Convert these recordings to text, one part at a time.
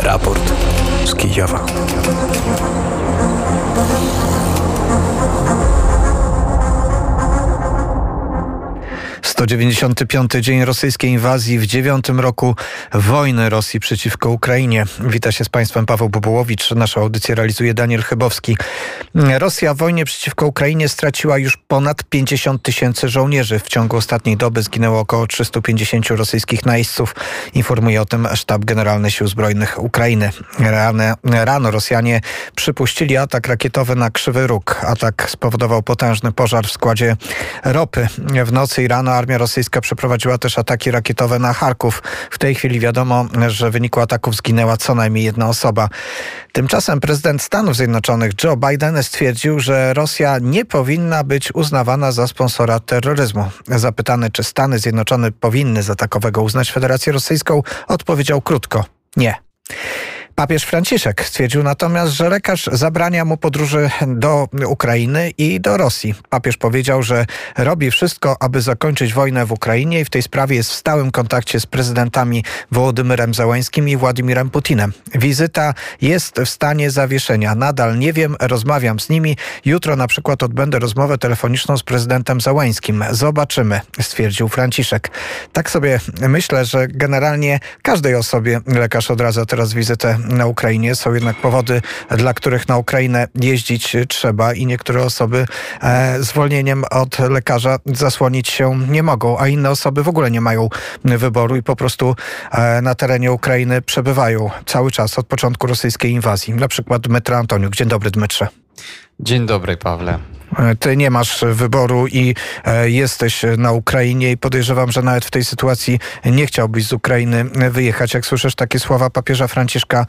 Raport z Kijowa. 195. dzień rosyjskiej inwazji w 9. roku wojny Rosji przeciwko Ukrainie. Wita się z Państwem Paweł Bobołowicz. Naszą audycję realizuje Daniel Chybowski. Rosja w wojnie przeciwko Ukrainie straciła już ponad 50 tysięcy żołnierzy. W ciągu ostatniej doby zginęło około 350 rosyjskich najeźdźców. Informuje o tym Sztab Generalny Sił Zbrojnych Ukrainy. Rano Rosjanie przypuścili atak rakietowy na Krzywy Róg. Atak spowodował potężny pożar w składzie ropy. W nocy i rano armia rosyjska przeprowadziła też ataki rakietowe na Charków. W tej chwili wiadomo, że w wyniku ataków zginęła co najmniej jedna osoba. Tymczasem prezydent Stanów Zjednoczonych Joe Biden stwierdził, że Rosja nie powinna być uznawana za sponsora terroryzmu. Zapytany, czy Stany Zjednoczone powinny za takowego uznać Federację Rosyjską, odpowiedział krótko: nie. Papież Franciszek stwierdził natomiast, że lekarz zabrania mu podróży do Ukrainy i do Rosji. Papież powiedział, że robi wszystko, aby zakończyć wojnę w Ukrainie i w tej sprawie jest w stałym kontakcie z prezydentami Wołodymyrem Zełeńskim i Władimirem Putinem. Wizyta jest w stanie zawieszenia. Nadal nie wiem, rozmawiam z nimi. Jutro na przykład odbędę rozmowę telefoniczną z prezydentem Zełeńskim. Zobaczymy, stwierdził Franciszek. Tak sobie myślę, że generalnie każdej osobie lekarz odradza teraz wizytę na Ukrainie. Są jednak powody, dla których na Ukrainę jeździć trzeba i niektóre osoby zwolnieniem od lekarza zasłonić się nie mogą, a inne osoby w ogóle nie mają wyboru i po prostu na terenie Ukrainy przebywają cały czas od początku rosyjskiej inwazji. Na przykład Dmytro Antoniuk. Dzień dobry, Dmytrze. Dzień dobry, Pawle. Ty nie masz wyboru i jesteś na Ukrainie i podejrzewam, że nawet w tej sytuacji nie chciałbyś z Ukrainy wyjechać. Jak słyszysz takie słowa papieża Franciszka,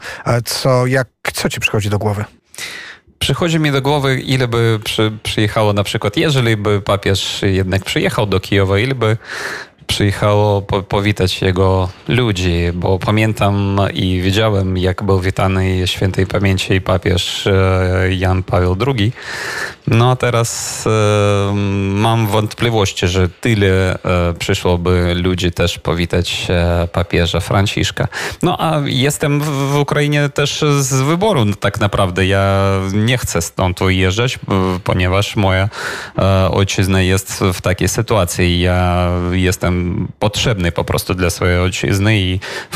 co ci przychodzi do głowy? Przychodzi mi do głowy, ile by przyjechało na przykład, jeżeli by papież jednak przyjechał do Kijowa, ile by przyjechało powitać jego ludzi, bo pamiętam i widziałem, jak był witany świętej pamięci papież Jan Paweł II. No a teraz mam wątpliwości, że tyle przyszłoby ludzi też powitać papieża Franciszka. No a jestem w Ukrainie też z wyboru tak naprawdę. Ja nie chcę stąd ujeżdżać, ponieważ moja ojczyzna jest w takiej sytuacji. Ja jestem potrzebny po prostu dla swojej ojczyzny i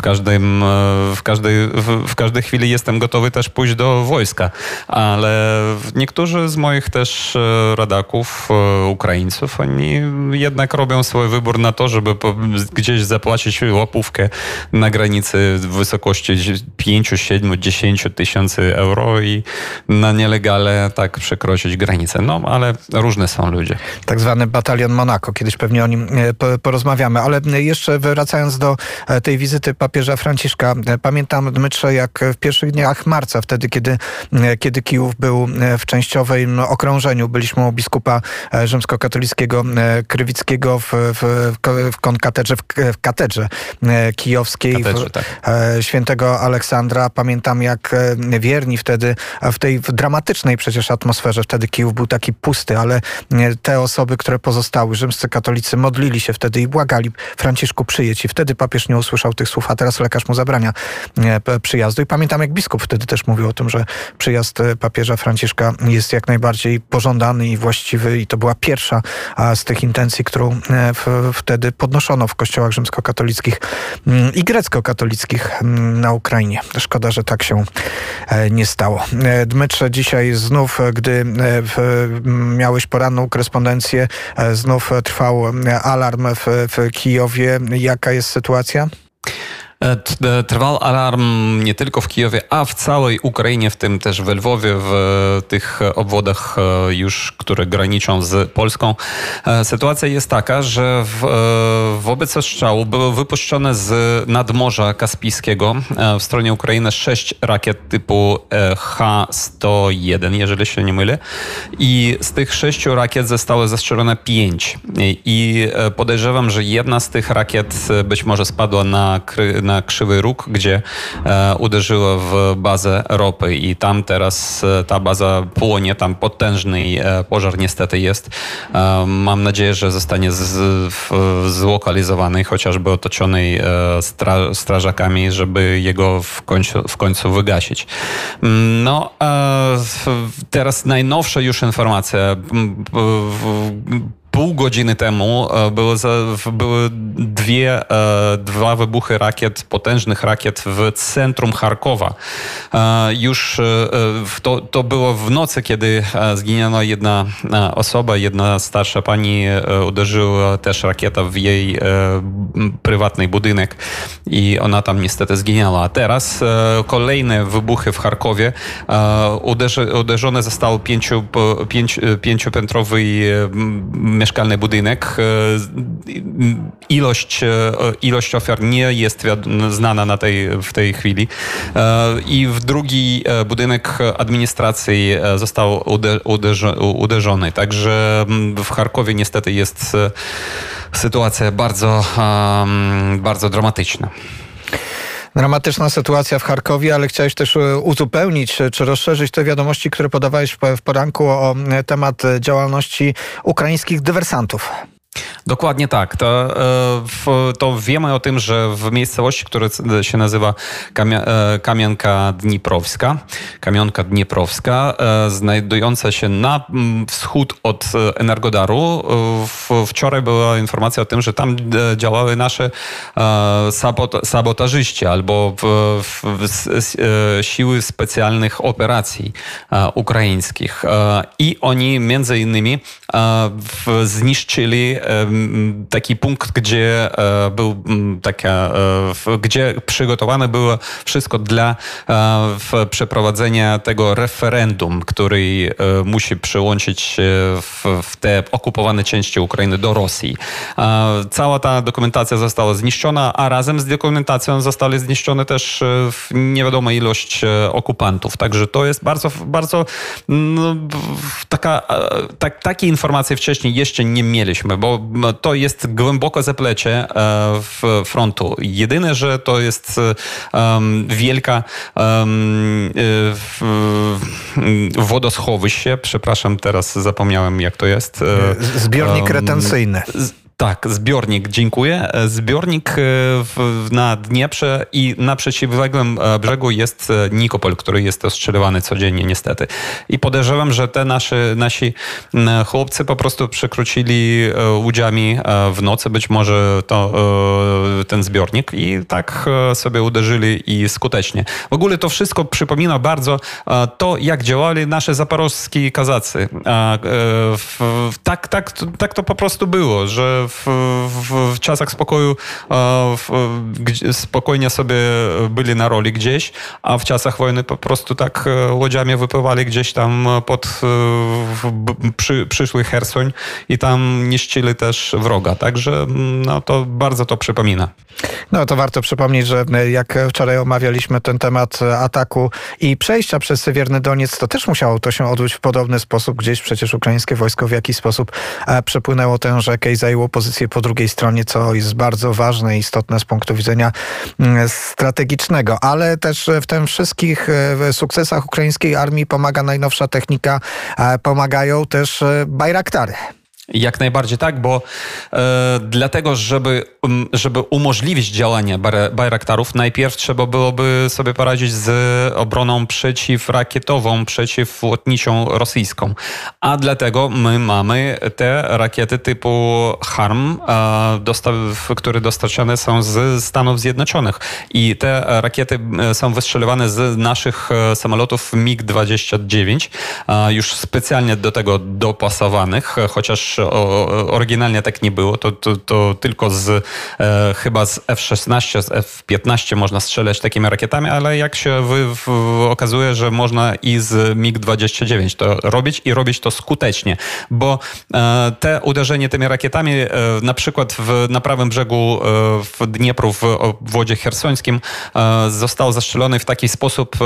w każdej chwili jestem gotowy też pójść do wojska. Ale niektórzy z moich też rodaków, Ukraińców, oni jednak robią swój wybór na to, żeby gdzieś zapłacić łapówkę na granicy w wysokości 5, 7, 10 tysięcy euro i na nielegale tak przekroczyć granicę. No, ale różne są ludzie. Tak zwany batalion Monaco. Kiedyś pewnie o nim porozmawiamy. Ale jeszcze wracając do tej wizyty papieża Franciszka. Pamiętam, Dmytrze, jak w pierwszych dniach marca, wtedy, kiedy Kijów był w częściowym okrążeniu, byliśmy u biskupa rzymskokatolickiego Krywickiego w katedrze kijowskiej, świętego Aleksandra. Pamiętam, jak wierni wtedy, w tej dramatycznej przecież atmosferze, wtedy Kijów był taki pusty, ale te osoby, które pozostały, rzymscy katolicy, modlili się wtedy i błagali: Franciszku, przyjedź. I wtedy papież nie usłyszał tych słów, a teraz lekarz mu zabrania przyjazdu. I pamiętam, jak biskup wtedy też mówił o tym, że przyjazd papieża Franciszka jest jak najbardziej pożądany i właściwy i to była pierwsza z tych intencji, którą wtedy podnoszono w kościołach rzymskokatolickich i grecko-katolickich na Ukrainie. Szkoda, że tak się nie stało. Dmytrze, dzisiaj znów, gdy miałeś poranną korespondencję, znów trwał alarm w Kijowie. Jaka jest sytuacja? Trwał alarm nie tylko w Kijowie, a w całej Ukrainie, w tym też w Lwowie, w tych obwodach już, które graniczą z Polską. Sytuacja jest taka, że wobec ostrzału były wypuszczone z nadmorza Kaspijskiego w stronie Ukrainy 6 rakiet typu H-101, jeżeli się nie mylę. I z tych 6 rakiet zostało zestrzelone 5. I podejrzewam, że jedna z tych rakiet być może spadła na Krzywy Róg, gdzie uderzyło w bazę ropy i tam teraz ta baza płonie, tam potężny pożar niestety jest. Mam nadzieję, że zostanie zlokalizowany, chociażby otoczony strażakami, żeby jego w końcu wygasić. No, teraz najnowsza już informacja. Pół godziny temu były dwa wybuchy rakiet, potężnych rakiet w centrum Charkowa. Już to było w nocy, kiedy zginęła jedna osoba, jedna starsza pani, uderzyła też rakieta w jej prywatny budynek i ona tam niestety zginęła. A teraz kolejne wybuchy w Charkowie. Uderzone został pięciopiętrowy mieszkalny budynek. Ilość ofiar nie jest znana w tej chwili. I w drugi budynek administracji został uderzony. Także w Charkowie niestety jest sytuacja bardzo dramatyczna. Dramatyczna sytuacja w Charkowie, ale chciałeś też uzupełnić czy rozszerzyć te wiadomości, które podawałeś w poranku o temat działalności ukraińskich dywersantów. Dokładnie tak. To wiemy o tym, że w miejscowości, która się nazywa Kamionka Dnieprowska, znajdująca się na wschód od Energodaru. Wczoraj była informacja o tym, że tam działały nasze sabotażyści albo siły specjalnych operacji ukraińskich. I oni między innymi zniszczyli taki punkt, gdzie gdzie przygotowane było wszystko dla przeprowadzenia tego referendum, który musi przyłączyć w te okupowane części Ukrainy do Rosji. Cała ta dokumentacja została zniszczona, a razem z dokumentacją zostały zniszczone też niewiadoma ilość okupantów. Także to jest bardzo takiej informacji wcześniej jeszcze nie mieliśmy, bo to jest głęboko zaplecie frontu. Jedyne, że to jest wielka wodoschowiще. Przepraszam, teraz zapomniałem, jak to jest. Zbiornik retencyjny. Tak, zbiornik, dziękuję. Zbiornik na Dnieprze i na przeciwległym brzegu jest Nikopol, który jest ostrzelywany codziennie niestety. I podejrzewam, że nasi chłopcy po prostu przekroczyli łudziami w nocy, być może ten zbiornik i tak sobie uderzyli i skutecznie. W ogóle to wszystko przypomina bardzo to, jak działali nasze zaporowscy kazacy. Tak to po prostu było, że w czasach spokoju spokojnie sobie byli na roli gdzieś, a w czasach wojny po prostu tak łodziami wypływali gdzieś tam pod przyszły Chersoń i tam niszczyli też wroga. Także to bardzo to przypomina. No to warto przypomnieć, że jak wczoraj omawialiśmy ten temat ataku i przejścia przez Sewierny Doniec, to też musiało to się odbyć w podobny sposób. Gdzieś przecież ukraińskie wojsko w jakiś sposób przepłynęło tę rzekę i zajęło pozycję po drugiej stronie, co jest bardzo ważne i istotne z punktu widzenia strategicznego. Ale też w tym wszystkich sukcesach ukraińskiej armii pomaga najnowsza technika, pomagają też Bajraktary. Jak najbardziej tak, bo dlatego, żeby umożliwić działanie Bajraktarów, najpierw trzeba byłoby sobie poradzić z obroną przeciwrakietową, przeciwlotniczą rosyjską. A dlatego my mamy te rakiety typu HARM, które dostarczane są z Stanów Zjednoczonych. I te rakiety są wystrzeliwane z naszych samolotów MiG-29, już specjalnie do tego dopasowanych, chociaż oryginalnie tak nie było, to tylko chyba z F-16, z F-15 można strzelać takimi rakietami, ale jak się okazuje, że można i z MiG-29 to robić to skutecznie, bo te uderzenie tymi rakietami na przykład na prawym brzegu w Dniepru, w obwodzie chersońskim został zastrzelony w taki sposób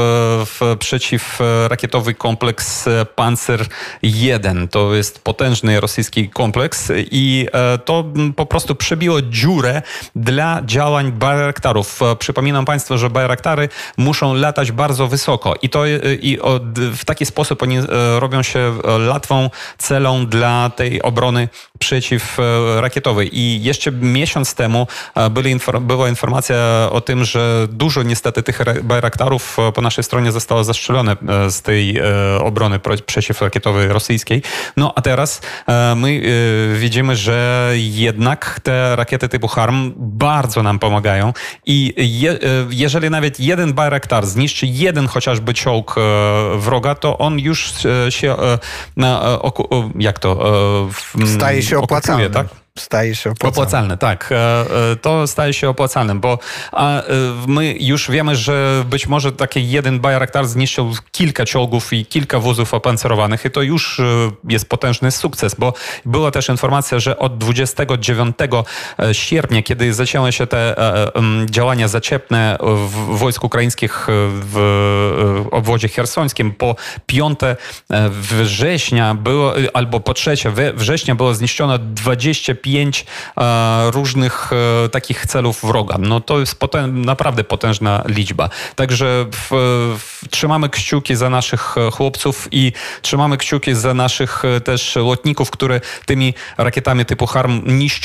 przeciwrakietowy kompleks Panzer 1. To jest potężny rosyjski taki kompleks i to po prostu przebiło dziurę dla działań Bayraktarów. Przypominam Państwu, że Bayraktary muszą latać bardzo wysoko w taki sposób oni robią się łatwą celą dla tej obrony przeciwrakietowej. I jeszcze miesiąc temu była informacja o tym, że dużo niestety tych Bayraktarów po naszej stronie zostało zastrzelone z tej obrony przeciwrakietowej rosyjskiej. No a teraz my widzimy, że jednak te rakiety typu HARM bardzo nam pomagają i jeżeli nawet jeden Bayraktar zniszczy jeden chociażby czołg wroga, to on już się staje się opłacalny. Tak? Staje się opłacalne, tak. To staje się opłacalnym, bo my już wiemy, że być może taki jeden Bayraktar zniszczył kilka czołgów i kilka wozów opancerowanych i to już jest potężny sukces, bo była też informacja, że od 29 sierpnia, kiedy zaczęły się te działania zaczepne wojsk ukraińskich w obwodzie chersońskim, po 5 września albo po 3 września było zniszczono 25 różnych takich celów wroga. No to jest naprawdę potężna liczba. Także trzymamy kciuki za naszych chłopców i trzymamy kciuki za naszych też lotników, które tymi rakietami typu HARM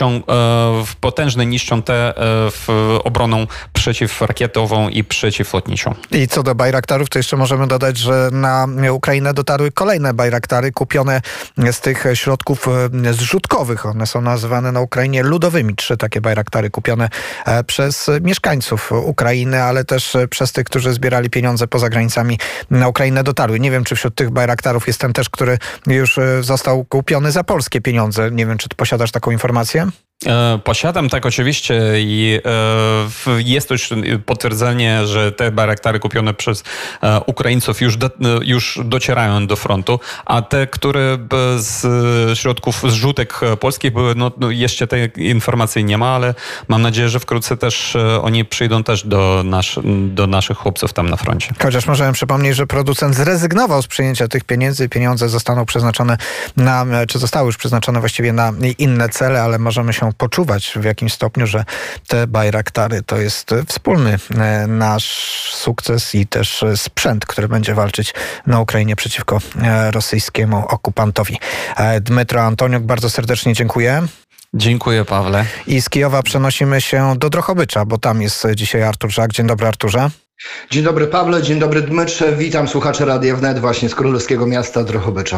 niszczą tę obroną przeciwrakietową i przeciwlotniczą. I co do Bayraktarów, to jeszcze możemy dodać, że na Ukrainę dotarły kolejne Bayraktary kupione z tych środków zrzutkowych. One są nazywane na Ukrainie ludowymi. 3 takie Bayraktary kupione przez mieszkańców Ukrainy, ale też przez tych, którzy zbierali pieniądze poza granicami na Ukrainę dotarły. Nie wiem, czy wśród tych Bayraktarów jest ten też, który już został kupiony za polskie pieniądze. Nie wiem, czy ty posiadasz taką informację? Posiadam, tak, oczywiście i jest już potwierdzenie, że te Bayraktary kupione przez Ukraińców już docierają do frontu, a te, które z środków zrzutek polskich były, no jeszcze tej informacji nie ma, ale mam nadzieję, że wkrótce też oni przyjdą też do naszych chłopców tam na froncie. Chociaż możemy przypomnieć, że producent zrezygnował z przyjęcia tych pieniędzy. Pieniądze zostaną przeznaczone czy zostały już przeznaczone właściwie na inne cele, ale możemy się poczuwać w jakimś stopniu, że te Bayraktary to jest wspólny nasz sukces i też sprzęt, który będzie walczyć na Ukrainie przeciwko rosyjskiemu okupantowi. Dmytro Antoniuk, bardzo serdecznie dziękuję. Dziękuję, Pawle. I z Kijowa przenosimy się do Drohobycza, bo tam jest dzisiaj Artur Żak. Dzień dobry, Arturze. Dzień dobry, Pawle, dzień dobry, Dmytrze. Witam słuchaczy Radia Wnet właśnie z królewskiego miasta Drohobycza.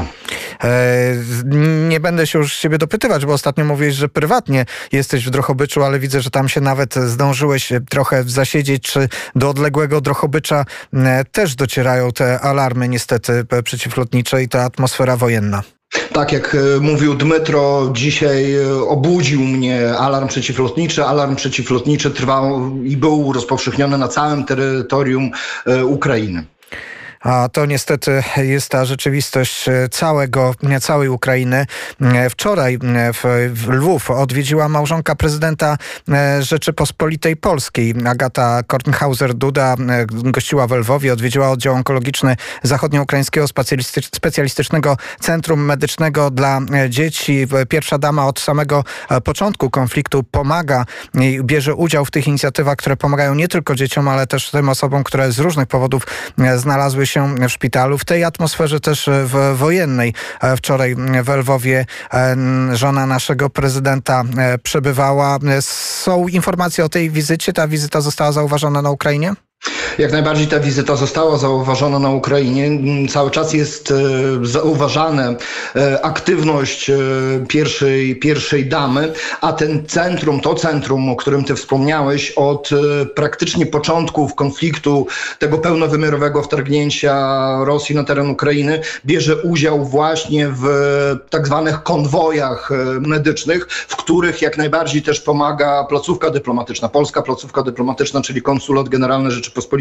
Nie będę się już ciebie dopytywać, bo ostatnio mówiłeś, że prywatnie jesteś w Drohobyczu, ale widzę, że tam się nawet zdążyłeś trochę zasiedzieć. Czy do odległego Drohobycza też docierają te alarmy niestety przeciwlotnicze i ta atmosfera wojenna? Tak jak mówił Dmytro, dzisiaj obudził mnie alarm przeciwlotniczy. Alarm przeciwlotniczy trwał i był rozpowszechniony na całym terytorium Ukrainy. A to niestety jest ta rzeczywistość całej Ukrainy. Wczoraj w Lwów odwiedziła małżonka prezydenta Rzeczypospolitej Polskiej. Agata Kornhauser-Duda gościła w Lwowie, odwiedziła oddział onkologiczny Zachodnioukraińskiego Specjalistycznego Centrum Medycznego dla Dzieci. Pierwsza dama od samego początku konfliktu pomaga i bierze udział w tych inicjatywach, które pomagają nie tylko dzieciom, ale też tym osobom, które z różnych powodów znalazły się w szpitalu. W tej atmosferze też wojennej wczoraj w Lwowie żona naszego prezydenta przebywała. Są informacje o tej wizycie? Ta wizyta została zauważona na Ukrainie? Jak najbardziej ta wizyta została zauważona na Ukrainie. Cały czas jest zauważana aktywność pierwszej damy, a to centrum, o którym ty wspomniałeś, od praktycznie początków konfliktu, tego pełnowymiarowego wtargnięcia Rosji na teren Ukrainy, bierze udział właśnie w tak zwanych konwojach medycznych, w których jak najbardziej też pomaga placówka dyplomatyczna, polska placówka dyplomatyczna, czyli Konsulat Generalny Rzeczypospolitej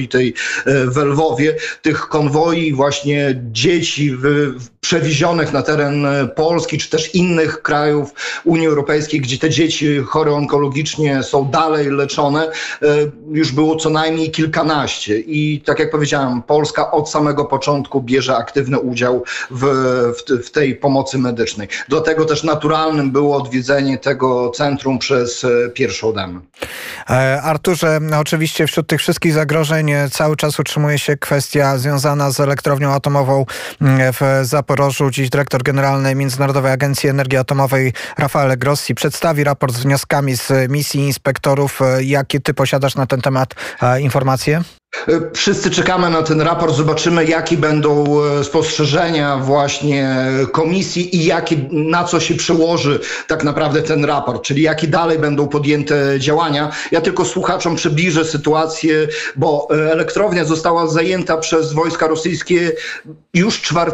Rzeczypospolitej w Lwowie, tych konwoi właśnie dzieci przewiezionych na teren Polski, czy też innych krajów Unii Europejskiej, gdzie te dzieci chore onkologicznie są dalej leczone, już było co najmniej kilkanaście. I tak jak powiedziałem, Polska od samego początku bierze aktywny udział w tej pomocy medycznej. Dlatego też naturalnym było odwiedzenie tego centrum przez pierwszą damę. Arturze, oczywiście wśród tych wszystkich zagrożeń cały czas utrzymuje się kwestia związana z elektrownią atomową w Zaporożu. Dziś dyrektor generalny Międzynarodowej Agencji Energii Atomowej Rafael Grossi przedstawi raport z wnioskami z misji inspektorów. Jakie ty posiadasz na ten temat informacje? Wszyscy czekamy na ten raport, zobaczymy, jakie będą spostrzeżenia właśnie komisji i na co się przełoży tak naprawdę ten raport, czyli jakie dalej będą podjęte działania. Ja tylko słuchaczom przybliżę sytuację, bo elektrownia została zajęta przez wojska rosyjskie już 4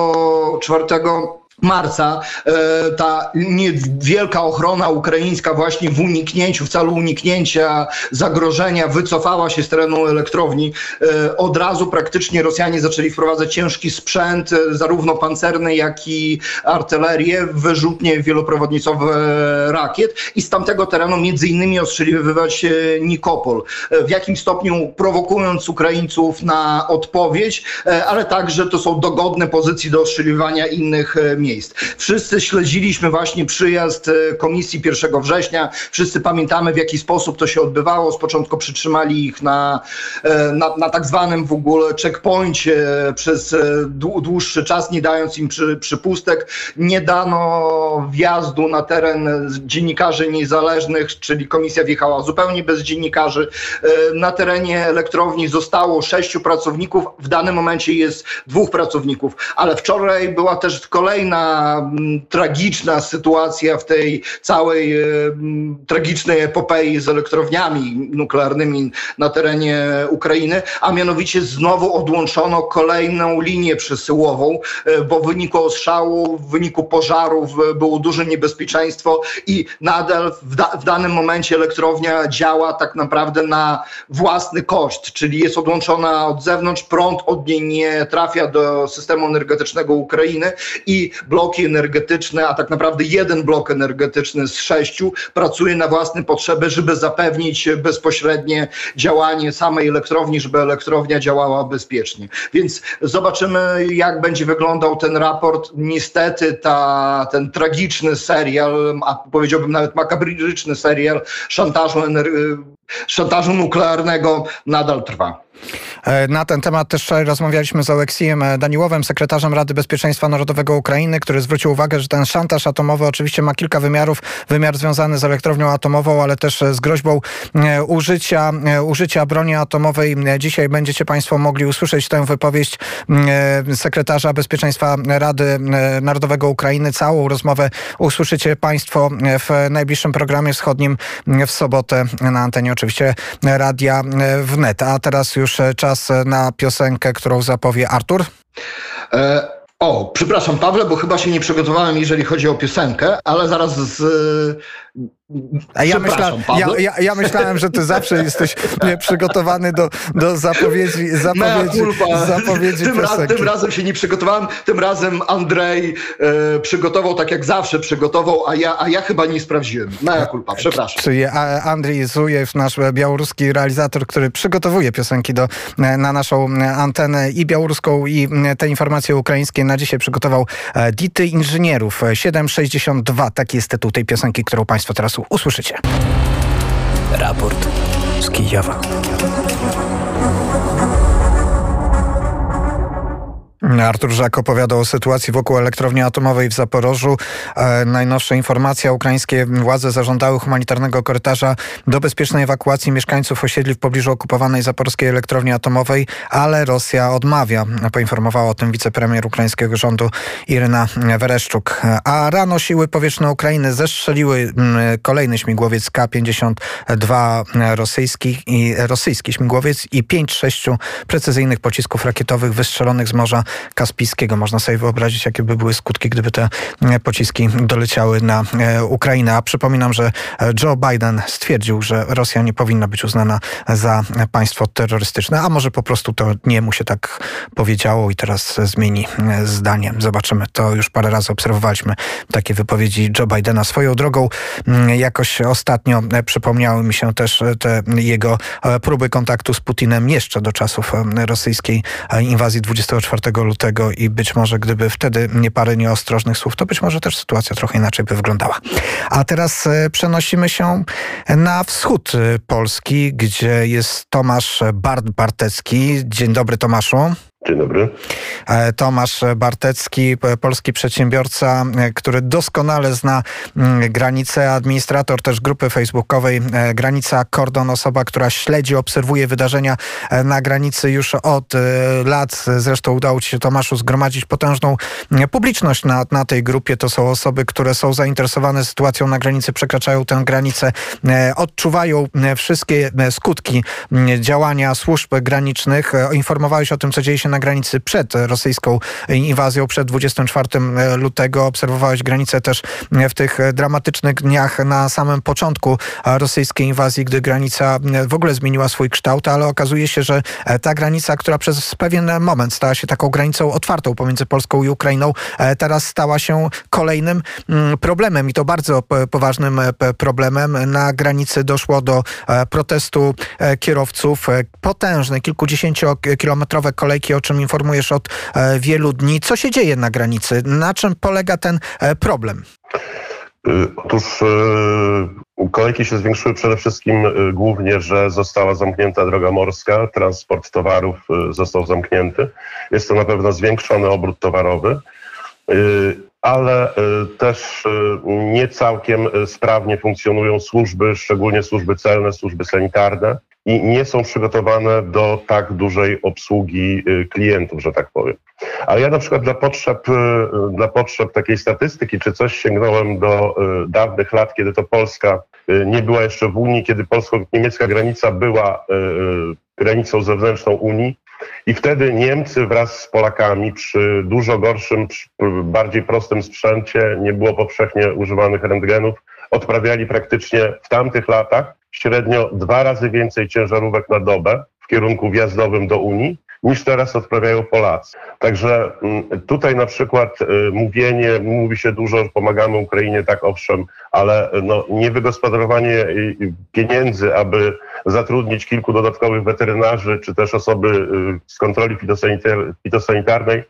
marca. Ta wielka ochrona ukraińska właśnie w celu uniknięcia zagrożenia wycofała się z terenu elektrowni. Od razu praktycznie Rosjanie zaczęli wprowadzać ciężki sprzęt, zarówno pancerny, jak i artylerię, wyrzutnie wieloprowodnicowe rakiet i z tamtego terenu między innymi ostrzeliwywać Nikopol. W jakim stopniu prowokując Ukraińców na odpowiedź, ale także to są dogodne pozycje do ostrzeliwania innych miejsc. Wszyscy śledziliśmy właśnie przyjazd komisji 1 września. Wszyscy pamiętamy, w jaki sposób to się odbywało. Z początku przytrzymali ich na tak zwanym w ogóle checkpoincie przez dłuższy czas, nie dając im przypustek. Nie dano wjazdu na teren dziennikarzy niezależnych, czyli komisja wjechała zupełnie bez dziennikarzy. Na terenie elektrowni zostało 6 pracowników. W danym momencie jest 2 pracowników, ale wczoraj była też kolejna tragiczna sytuacja w tej całej tragicznej epopei z elektrowniami nuklearnymi na terenie Ukrainy, a mianowicie znowu odłączono kolejną linię przesyłową, bo w wyniku ostrzału, w wyniku pożarów było duże niebezpieczeństwo i nadal w danym momencie elektrownia działa tak naprawdę na własny koszt, czyli jest odłączona od zewnątrz, prąd od niej nie trafia do systemu energetycznego Ukrainy i bloki energetyczne, a tak naprawdę jeden blok energetyczny z 6 pracuje na własne potrzeby, żeby zapewnić bezpośrednie działanie samej elektrowni, żeby elektrownia działała bezpiecznie. Więc zobaczymy, jak będzie wyglądał ten raport. Niestety ten tragiczny serial, a powiedziałbym nawet makabryczny serial szantażu nuklearnego nadal trwa. Na ten temat też wczoraj rozmawialiśmy z Oleksiem Daniłowem, sekretarzem Rady Bezpieczeństwa Narodowego Ukrainy, który zwrócił uwagę, że ten szantaż atomowy oczywiście ma kilka wymiarów. Wymiar związany z elektrownią atomową, ale też z groźbą użycia broni atomowej. Dzisiaj będziecie państwo mogli usłyszeć tę wypowiedź sekretarza Bezpieczeństwa Rady Narodowego Ukrainy. Całą rozmowę usłyszycie państwo w najbliższym programie wschodnim w sobotę na antenie oczywiście Radia Wnet. A teraz już czas na piosenkę, którą zapowie Artur. Przepraszam Pawle, bo chyba się nie przygotowałem, jeżeli chodzi o piosenkę, ale zaraz Ja myślałem, że ty zawsze jesteś przygotowany do zapowiedzi piosenki. Tym razem się nie przygotowałem, tym razem Andrzej przygotował tak jak zawsze przygotował, a ja chyba nie sprawdziłem. Mea culpa, przepraszam. Czyli Andrzej Zujew, nasz białoruski realizator, który przygotowuje piosenki na naszą antenę i białoruską, i te informacje ukraińskie na dzisiaj przygotował Dity Inżynierów 762. Taki jest tytuł tej piosenki, którą państwo teraz usłyszycie. Raport z Kijowa. Artur Żak opowiadał o sytuacji wokół elektrowni atomowej w Zaporożu. Najnowsze informacje: ukraińskie władze zażądały humanitarnego korytarza do bezpiecznej ewakuacji mieszkańców osiedli w pobliżu okupowanej zaporskiej elektrowni atomowej, ale Rosja odmawia. Poinformowała o tym wicepremier ukraińskiego rządu Iryna Wereszczuk. A rano siły powietrzne Ukrainy zestrzeliły kolejny śmigłowiec K-52 rosyjski śmigłowiec i 5-6 precyzyjnych pocisków rakietowych wystrzelonych z morza Kaspijskiego. Można sobie wyobrazić, jakie by były skutki, gdyby te pociski doleciały na Ukrainę. A przypominam, że Joe Biden stwierdził, że Rosja nie powinna być uznana za państwo terrorystyczne, a może po prostu to nie mu się tak powiedziało i teraz zmieni zdanie. Zobaczymy. To już parę razy obserwowaliśmy takie wypowiedzi Joe Bidena. Swoją drogą jakoś ostatnio przypomniały mi się też te jego próby kontaktu z Putinem jeszcze do czasów rosyjskiej inwazji 24 lutego i być może gdyby wtedy nie parę nieostrożnych słów, to być może też sytuacja trochę inaczej by wyglądała. A teraz przenosimy się na wschód Polski, gdzie jest Tomasz Bartecki. Dzień dobry, Tomaszu. Dzień dobry. Tomasz Bartecki, polski przedsiębiorca, który doskonale zna granice, administrator też grupy facebookowej Granica Kordon, osoba, która śledzi, obserwuje wydarzenia na granicy już od lat. Zresztą udało ci się, Tomaszu, zgromadzić potężną publiczność na tej grupie. To są osoby, które są zainteresowane sytuacją na granicy, przekraczają tę granicę, odczuwają wszystkie skutki działania służb granicznych. Informowałeś o tym, co dzieje się na granicy przed rosyjską inwazją, przed 24 lutego. Obserwowałeś granicę też w tych dramatycznych dniach na samym początku rosyjskiej inwazji, gdy granica w ogóle zmieniła swój kształt, ale okazuje się, że ta granica, która przez pewien moment stała się taką granicą otwartą pomiędzy Polską i Ukrainą, teraz stała się kolejnym problemem i to bardzo poważnym problemem. Na granicy doszło do protestu kierowców. Potężne, kilkudziesięciokilometrowe kolejki, o czym informujesz od wielu dni. Co się dzieje na granicy? Na czym polega ten problem? Otóż kolejki się zwiększyły przede wszystkim głównie, że została zamknięta droga morska, transport towarów został zamknięty. Jest to na pewno zwiększony obrót towarowy, ale też nie całkiem sprawnie funkcjonują służby, szczególnie służby celne, służby sanitarne i nie są przygotowane do tak dużej obsługi klientów, że tak powiem. Ale ja na przykład dla potrzeb takiej statystyki czy coś sięgnąłem do dawnych lat, kiedy to Polska nie była jeszcze w Unii, kiedy polsko-niemiecka granica była granicą zewnętrzną Unii i wtedy Niemcy wraz z Polakami przy dużo gorszym, bardziej prostym sprzęcie, nie było powszechnie używanych rentgenów, odprawiali praktycznie w tamtych latach średnio 2 razy więcej ciężarówek na dobę w kierunku wjazdowym do Unii, niż teraz odprawiają Polacy. Także tutaj na przykład mówi się dużo, że pomagamy Ukrainie, tak owszem, ale niewygospodarowanie pieniędzy, aby zatrudnić kilku dodatkowych weterynarzy, czy też osoby z kontroli fitosanitarnej,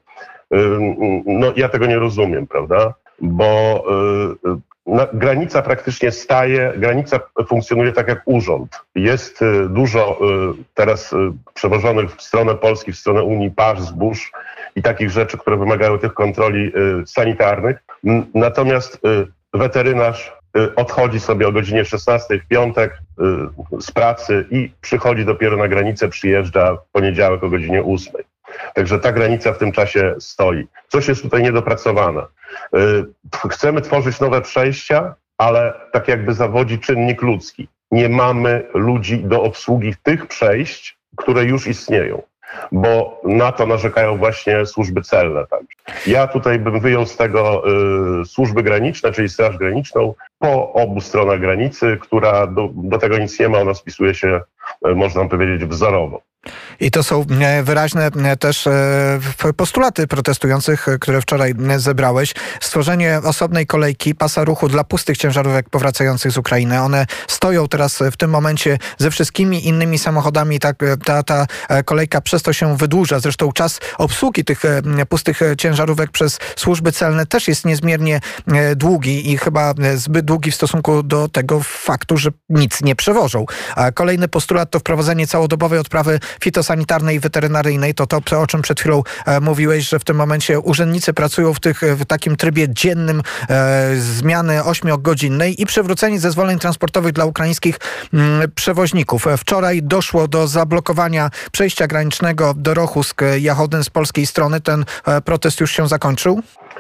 ja tego nie rozumiem, prawda? Bo granica praktycznie granica funkcjonuje tak jak urząd. Jest dużo teraz przewożonych w stronę Polski, w stronę Unii pasz, zbóż i takich rzeczy, które wymagają tych kontroli sanitarnych. Natomiast weterynarz odchodzi sobie o godzinie 16 w piątek z pracy i przychodzi dopiero na granicę, przyjeżdża w poniedziałek o godzinie 8. Także ta granica w tym czasie stoi. Coś jest tutaj niedopracowane. Chcemy tworzyć nowe przejścia, ale tak jakby zawodzi czynnik ludzki. Nie mamy ludzi do obsługi tych przejść, które już istnieją, bo na to narzekają właśnie służby celne. Także. Ja tutaj bym wyjął z tego służby graniczne, czyli Straż Graniczną po obu stronach granicy, która do tego nic nie ma, ona spisuje się, można powiedzieć, wzorowo. I to są wyraźne też postulaty protestujących, które wczoraj zebrałeś. Stworzenie osobnej kolejki, pasa ruchu dla pustych ciężarówek powracających z Ukrainy. One stoją teraz w tym momencie ze wszystkimi innymi samochodami. Ta kolejka przez to się wydłuża. Zresztą czas obsługi tych pustych ciężarówek przez służby celne też jest niezmiernie długi i chyba zbyt długi w stosunku do tego faktu, że nic nie przewożą. Kolejny postulat to wprowadzenie całodobowej odprawy fitosanitarnej i weterynaryjnej. To, o czym przed chwilą mówiłeś, że w tym momencie urzędnicy pracują w takim trybie dziennym zmiany 8-godzinnej i przywrócenie zezwoleń transportowych dla ukraińskich przewoźników. Wczoraj doszło do zablokowania przejścia granicznego do Rochusk-Jachodyn z polskiej strony. Ten protest już się zakończył?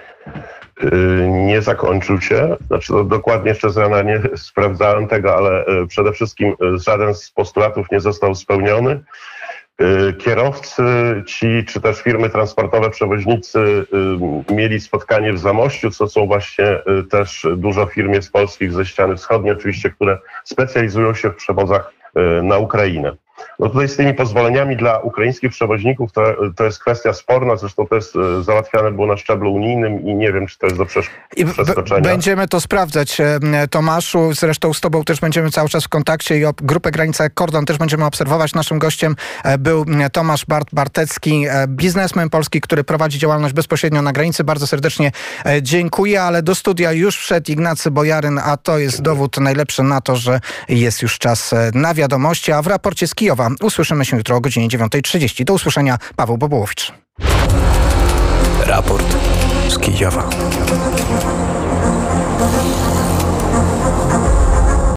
Nie zakończył się. Dokładnie jeszcze z rana nie sprawdzałem tego, ale przede wszystkim żaden z postulatów nie został spełniony. Kierowcy ci, czy też firmy transportowe, przewoźnicy mieli spotkanie w Zamościu, co są właśnie też dużo firm z polskich ze ściany wschodniej, oczywiście, które specjalizują się w przewozach na Ukrainę. No tutaj z tymi pozwoleniami dla ukraińskich przewoźników to jest kwestia sporna, zresztą to jest załatwiane było na szczeblu unijnym i nie wiem, czy to jest do przeskoczenia. Będziemy to sprawdzać, Tomaszu, zresztą z tobą też będziemy cały czas w kontakcie i grupę Granica jak Kordon też będziemy obserwować. Naszym gościem był Tomasz Bartecki, biznesmen polski, który prowadzi działalność bezpośrednio na granicy. Bardzo serdecznie dziękuję, ale do studia już wszedł Ignacy Bojaryn, a to jest dowód najlepszy na to, że jest już czas na wiadomości, a w raporcie z Kijowa usłyszymy się jutro o godzinie 9:30. Do usłyszenia, Paweł Bobołowicz. Raport z Kijowa.